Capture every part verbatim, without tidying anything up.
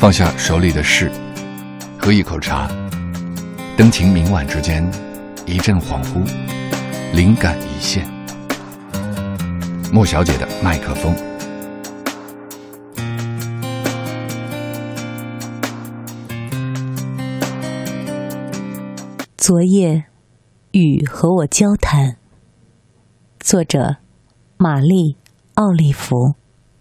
放下手里的事，喝一口茶，灯情明晚之间，一阵恍惚，灵感一现。莫小姐的麦克风。 昨夜，雨和我交谈。作者：玛丽·奥利弗。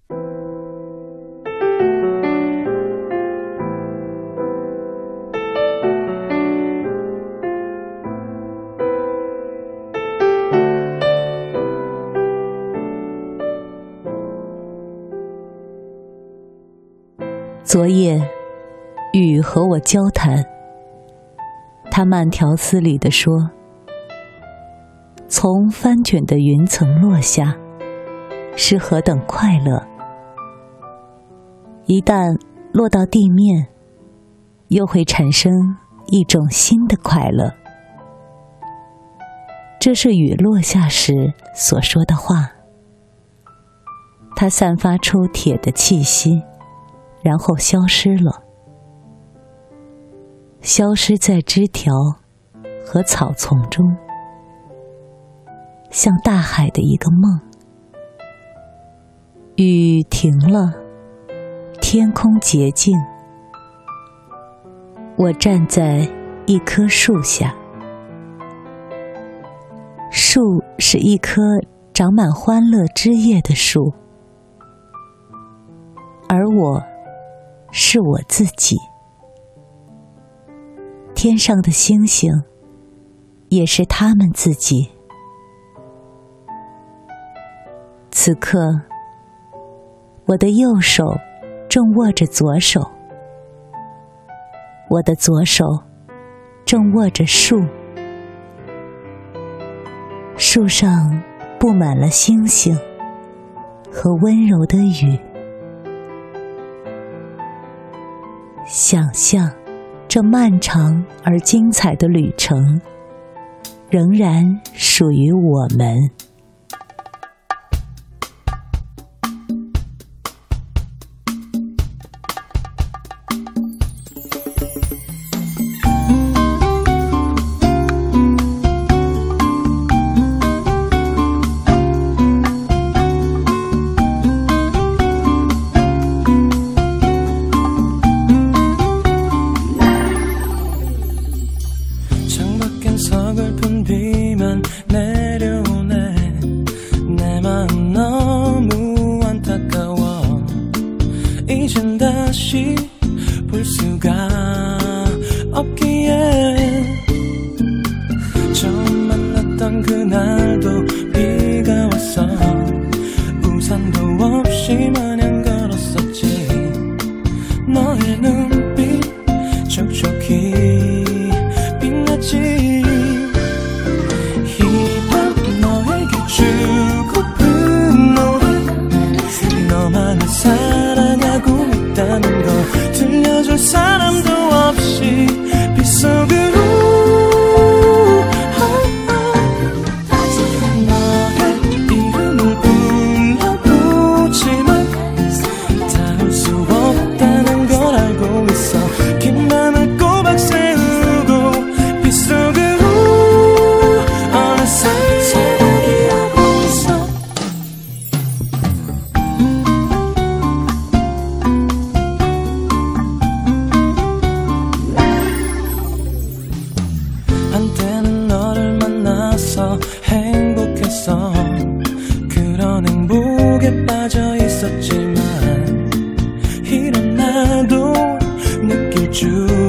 昨夜，雨和我交谈。他慢条斯理地说：“从翻卷的云层落下，是何等快乐！一旦落到地面，又会产生一种新的快乐。”这是雨落下时所说的话。它散发出铁的气息，然后消失了，消失在枝条和草丛中，像大海的一个梦。雨停了，天空洁净。我站在一棵树下，树是一棵长满欢乐枝叶的树，而我是我自己。天上的星星也是他们自己。此刻，我的右手正握着左手，我的左手正握着树，树上布满了星星和温柔的雨。想象这漫长而精彩的旅程，仍然属于我们。 서글픈 비만 내려오네. 내 마음 너무 안타까워. 이젠 다시 볼 수가 없기에. 처음 만났던 그날도 비가 왔어. 우산도 없이 마냥 걸었었지. 너의 눈빛 촉촉히 빛났지. 사랑하고 있다는 거 들려줄 사람도 없이 빗속으로 너의 이름을 불러보지만 닿을 수 없다는 걸 알고 있어. 긴 맘을 꼬박 세우고 빗속으로 어느새 사랑이라고 있어. 한때는 너를 만나서 행복했어. 그런 행복에 빠져 있었지만 이런 나도 느낄 줄